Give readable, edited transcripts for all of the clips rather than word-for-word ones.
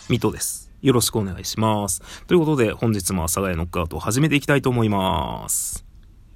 ミトです。よろしくお願いします。ということで、本日も阿佐ヶ谷ノックアウトを始めていきたいと思います。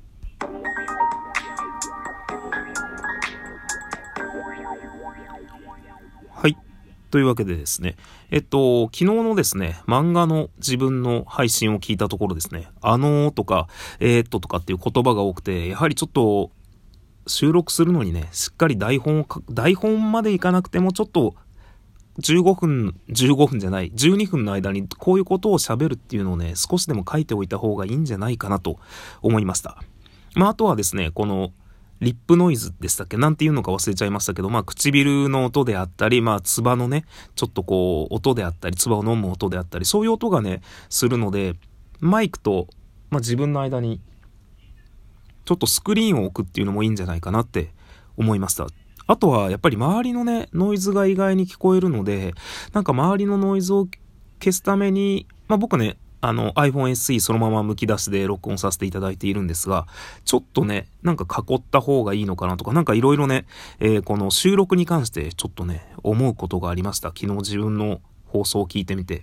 はい。というわけでですね、昨日のですね、漫画の自分の配信を聞いたところですね、とか、とかっていう言葉が多くて、やはりちょっと収録するのにね、しっかり台本までいかなくてもちょっと15分じゃない、12分の間にこういうことを喋るっていうのをね、少しでも書いておいた方がいいんじゃないかなと思いました。あとはですね、このリップノイズでしたっけ、なんていうのか忘れちゃいましたけど、唇の音であったり、唾のね、ちょっとこう、音であったり、唾を飲む音であったり、そういう音がね、するので、マイクと、自分の間に、ちょっとスクリーンを置くっていうのもいいんじゃないかなって思いました。あとはやっぱり周りのね、ノイズが意外に聞こえるので、周りのノイズを消すために、僕ね、iPhone SE そのまま剥き出しで録音させていただいているんですが、ちょっとね、囲った方がいいのかなとか、いろいろね、この収録に関してちょっとね、思うことがありました。昨日自分の放送を聞いてみて。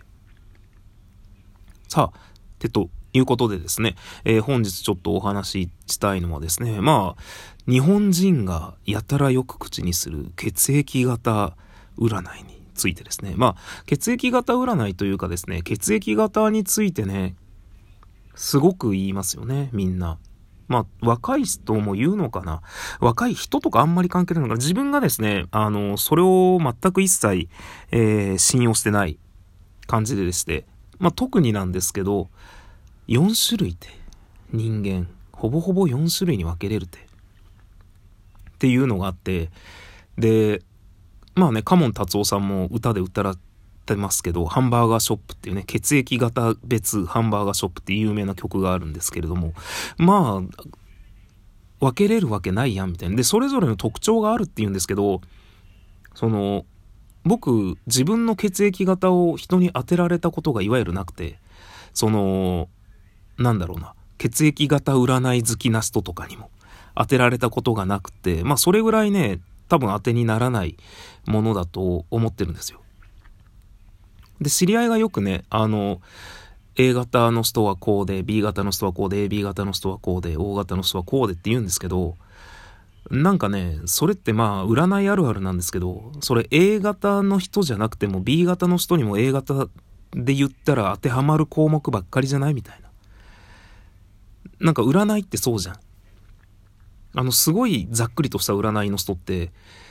さあ、ということでですね、本日ちょっとお話ししたいのはですね、日本人がやたらよく口にする血液型占いについてですね、血液型占いというかですね、血液型についてね、すごく言いますよね、みんな。若い人も言うのかな。若い人とかあんまり関係ないのかな。自分がですね、それを全く一切、信用してない感じでして、特になんですけど、4種類って人間ほぼほぼ4種類に分けれるっていうのがあって、でカモン達夫さんも歌で歌ってますけど、ハンバーガーショップっていうね、血液型別ハンバーガーショップっていう有名な曲があるんですけれども、分けれるわけないやんみたいな。でそれぞれの特徴があるっていうんですけど、僕自分の血液型を人に当てられたことがいわゆるなくて、血液型占い好きな人とかにも当てられたことがなくて、それぐらいね、多分当てにならないものだと思ってるんですよ。で、知り合いがよくね、A 型の人はこうで、B 型の人はこうで、AB 型の人はこうで、O 型の人はこうでって言うんですけど、それって占いあるあるなんですけど、それ A 型の人じゃなくても B 型の人にも A 型で言ったら当てはまる項目ばっかりじゃないみたいな。占いってそうじゃん。すごいざっくりとした占いの人って、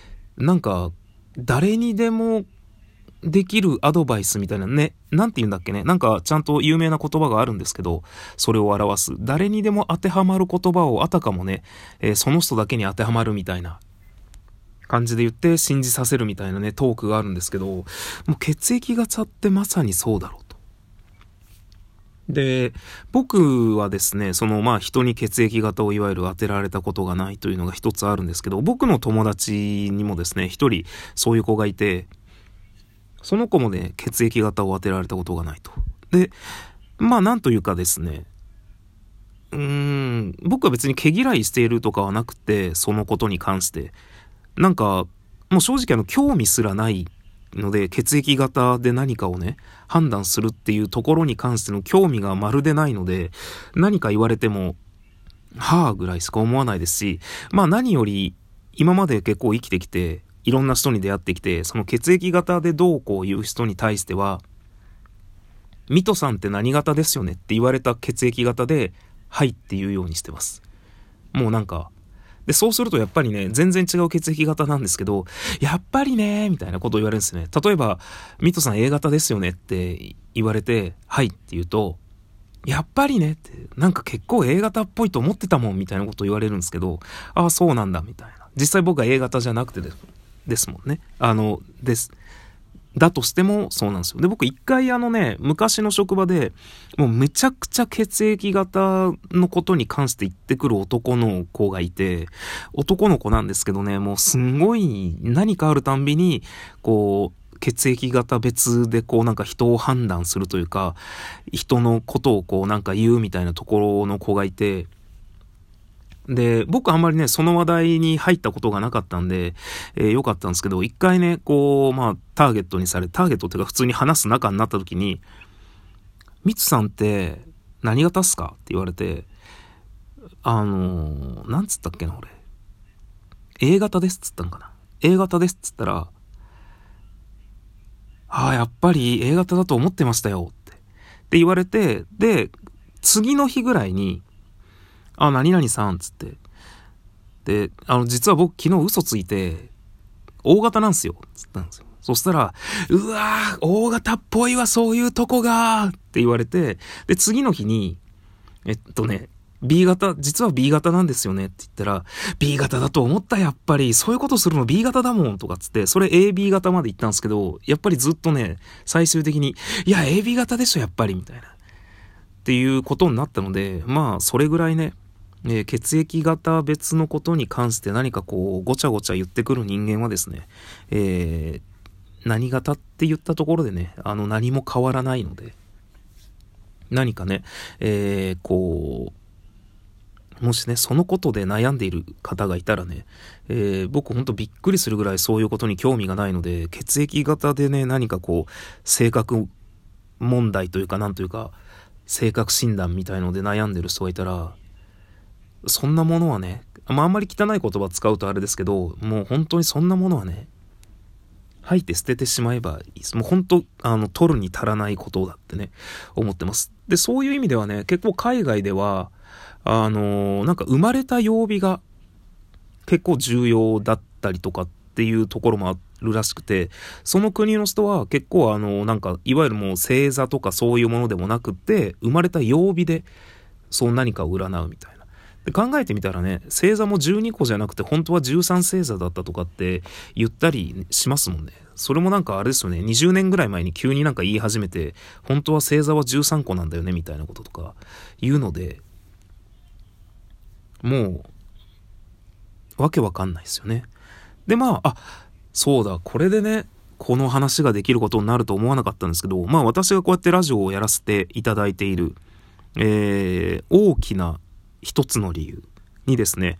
誰にでもできるアドバイスみたいなね、なんて言うんだっけね、ちゃんと有名な言葉があるんですけど、それを表す。誰にでも当てはまる言葉をあたかもね、その人だけに当てはまるみたいな感じで言って信じさせるみたいなね、トークがあるんですけど、もう血液型ってまさにそうだろうと。で、僕はですね、人に血液型をいわゆる当てられたことがないというのが一つあるんですけど、僕の友達にもですね、一人そういう子がいて、その子もね、血液型を当てられたことがないと。で、なんというかですね、僕は別に毛嫌いしているとかはなくて、そのことに関して。もう正直興味すらないので、血液型で何かをね、判断するっていうところに関しての興味がまるでないので、何か言われても、はぁぐらいしか思わないですし、何より、今まで結構生きてきて、いろんな人に出会ってきて、その血液型でどうこう言う人に対しては、ミトさんって何型ですよねって言われた血液型で、はいって言うようにしてます。もうで、そうするとやっぱりね、全然違う血液型なんですけど、やっぱりね、みたいなことを言われるんですね。例えば、ミトさん A 型ですよねって言われて、はいって言うと、やっぱりねって、結構 A 型っぽいと思ってたもんみたいなことを言われるんですけど、ああ、そうなんだみたいな。実際僕は A 型じゃなくてですもんね。だとしてもそうなんですよ。で、僕一回昔の職場で、もうめちゃくちゃ血液型のことに関して言ってくる男の子がいて、男の子なんですけどね、もうすんごい何かあるたんびに、血液型別で人を判断するというか、人のことを言うみたいなところの子がいて、で、僕あんまりね、その話題に入ったことがなかったんで、よかったんですけど、一回ね、 ターゲットっていうか普通に話す仲になった時に、ミツさんって何型っすかって言われて、なんつったっけな俺。A 型ですっつったんかな。A 型ですっつったら、やっぱり A 型だと思ってましたよって言われて、で、次の日ぐらいに、何々さんっつって、で、実は僕昨日嘘ついて、O 型なんすよっつったんですよ。そしたら、うわー、O 型っぽいわ、そういうとこがって言われて、で、次の日に、B 型、実は B 型なんですよねって言ったら、B 型だと思った、やっぱり。そういうことするの B 型だもんとかつって、それ AB 型まで行ったんですけど、やっぱりずっとね、最終的に、いや、AB 型でしょ、やっぱり、みたいな。っていうことになったので、まあ、それぐらいね、血液型別のことに関して何かこう、ごちゃごちゃ言ってくる人間はですね、何型って言ったところでね、何も変わらないので、何かね、もしね、そのことで悩んでいる方がいたらね、僕ほんとびっくりするぐらいそういうことに興味がないので、血液型でね、何かこう、性格問題というか、なんというか、性格診断みたいので悩んでる人がいたら、そんなものはね、あんまり汚い言葉使うとあれですけど、もう本当にそんなものはね、吐いて捨ててしまえばいいです。もう本当、取るに足らないことだってね、思ってます。で、そういう意味ではね、結構海外では、なんか生まれた曜日が結構重要だったりとかっていうところもあるらしくて、その国の人は結構なんかいわゆるもう星座とかそういうものでもなくって、生まれた曜日でそう何かを占うみたいな。で考えてみたらね、星座も12個じゃなくて本当は13星座だったとかって言ったりしますもんね。それもなんかあれですよね、20年ぐらい前に急になんか言い始めて、本当は星座は13個なんだよねみたいなこととか言うので、もうわけわかんないですよね。でそうだ、これでね、この話ができることになると思わなかったんですけど、私がこうやってラジオをやらせていただいている、大きな一つの理由にですね、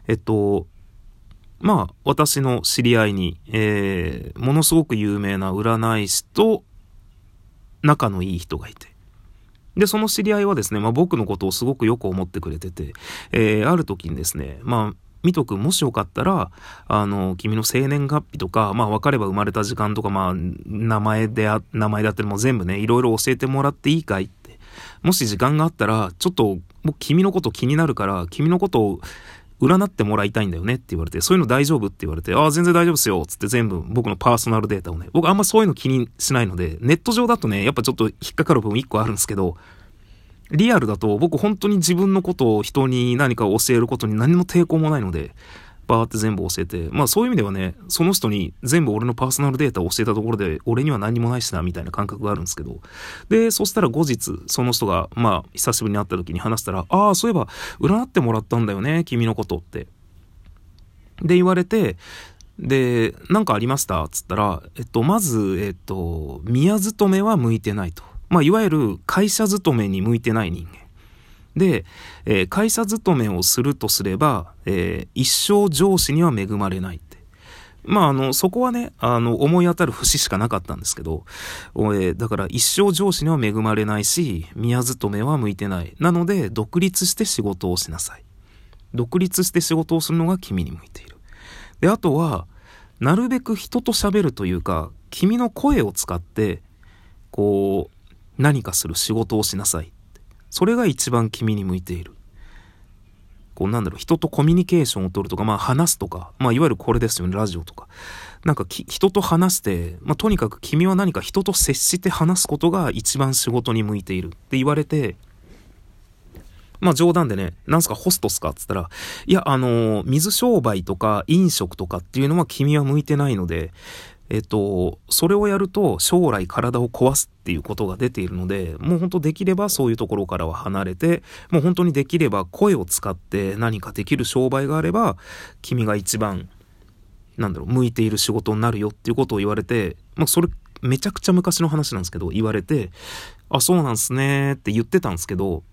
私の知り合いに、ものすごく有名な占い師と仲のいい人がいて、で、その知り合いはですね、僕のことをすごくよく思ってくれてて、ある時にですね、ミト君もしよかったら、君の生年月日とか、分かれば生まれた時間とか、名前であっても全部ね、いろいろ教えてもらっていいかいって。もし時間があったら、ちょっと、僕君のこと気になるから、君のことを占ってもらいたいんだよねって言われて、そういうの大丈夫って言われて、全然大丈夫ですよつって全部僕のパーソナルデータをね、僕あんまそういうの気にしないので、ネット上だとね、やっぱちょっと引っかかる部分一個あるんですけど、リアルだと僕本当に自分のことを人に何か教えることに何も抵抗もないので、バーって全部教えて、そういう意味ではね、その人に全部俺のパーソナルデータを教えたところで、俺には何もないしなみたいな感覚があるんですけど、でそしたら後日その人が久しぶりに会った時に話したら、そういえば占ってもらったんだよね君のことってで言われて、で何かありましたっつったら、まず宮勤めは向いてないと、いわゆる会社勤めに向いてない人間で、会社勤めをするとすれば、一生上司には恵まれないって。そこはね、思い当たる節しかなかったんですけど、だから一生上司には恵まれないし、宮勤めは向いてない。なので、独立して仕事をしなさい。独立して仕事をするのが君に向いている。で、あとは、なるべく人と喋るというか、君の声を使って、何かする仕事をしなさい。それが一番君に向いている。人とコミュニケーションを取るとか、話すとか、いわゆるこれですよね、ラジオとか。人と話して、とにかく君は何か人と接して話すことが一番仕事に向いているって言われて、冗談でね、なんすかホストっすかっつったら、いや、水商売とか飲食とかっていうのは君は向いてないので、それをやると将来体を壊すっていうことが出ているので、もう本当できればそういうところからは離れて、もう本当にできれば声を使って何かできる商売があれば、君が一番、向いている仕事になるよっていうことを言われて、それめちゃくちゃ昔の話なんですけど、言われて、そうなんすねって言ってたんですけど、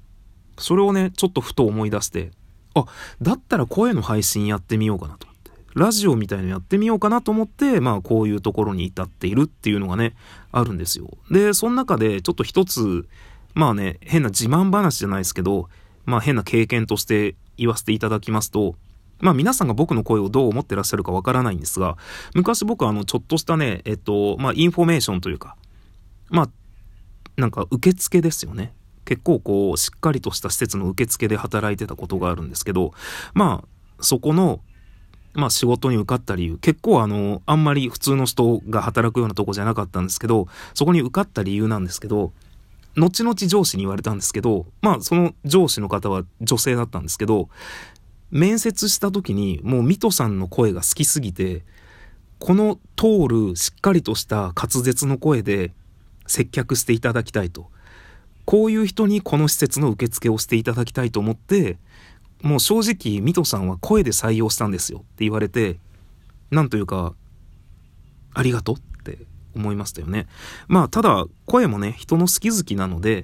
それをね、ちょっとふと思い出して、だったら声の配信やってみようかなと思って。 ラジオみたいのやってみようかなと思って、こういうところに至っているっていうのがね、あるんですよ。で、その中でちょっと一つ、変な自慢話じゃないですけど、変な経験として言わせていただきますと、皆さんが僕の声をどう思ってらっしゃるかわからないんですが、昔僕はちょっとしたね、インフォメーションというか、なんか受付ですよね。結構こう、しっかりとした施設の受付で働いてたことがあるんですけど、そこの、仕事に受かった理由、結構あんまり普通の人が働くようなとこじゃなかったんですけど、そこに受かった理由なんですけど、後々上司に言われたんですけど、その上司の方は女性だったんですけど、面接した時にもうミトさんの声が好きすぎて、この通るしっかりとした滑舌の声で接客していただきたいと。こういう人にこの施設の受付をしていただきたいと思って、もう正直ミトさんは声で採用したんですよって言われて、なんというか、ありがとうって思いましたよね。ただ声もね、人の好き好きなので、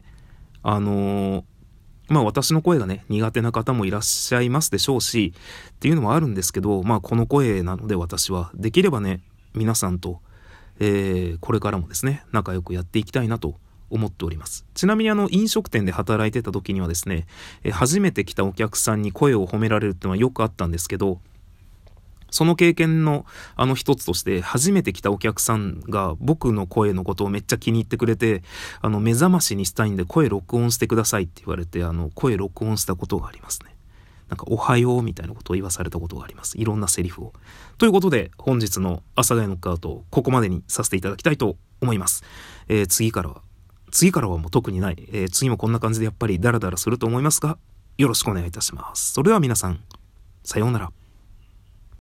私の声がね、苦手な方もいらっしゃいますでしょうし、っていうのもあるんですけど、この声なので私は、できればね、皆さんと、これからもですね、仲良くやっていきたいなと思っております。ちなみに飲食店で働いてた時にはですね、初めて来たお客さんに声を褒められるっていうのはよくあったんですけど、その経験の一つとして、初めて来たお客さんが僕の声のことをめっちゃ気に入ってくれて、目覚ましにしたいんで声録音してくださいって言われて、声録音したことがありますね。なんかおはようみたいなことを言わされたことがあります。いろんなセリフを。ということで、本日の阿佐ヶ谷ノックアウト、ここまでにさせていただきたいと思います。次からはもう特にない。次もこんな感じでやっぱりダラダラすると思いますが、よろしくお願いいたします。それでは皆さん、さようなら。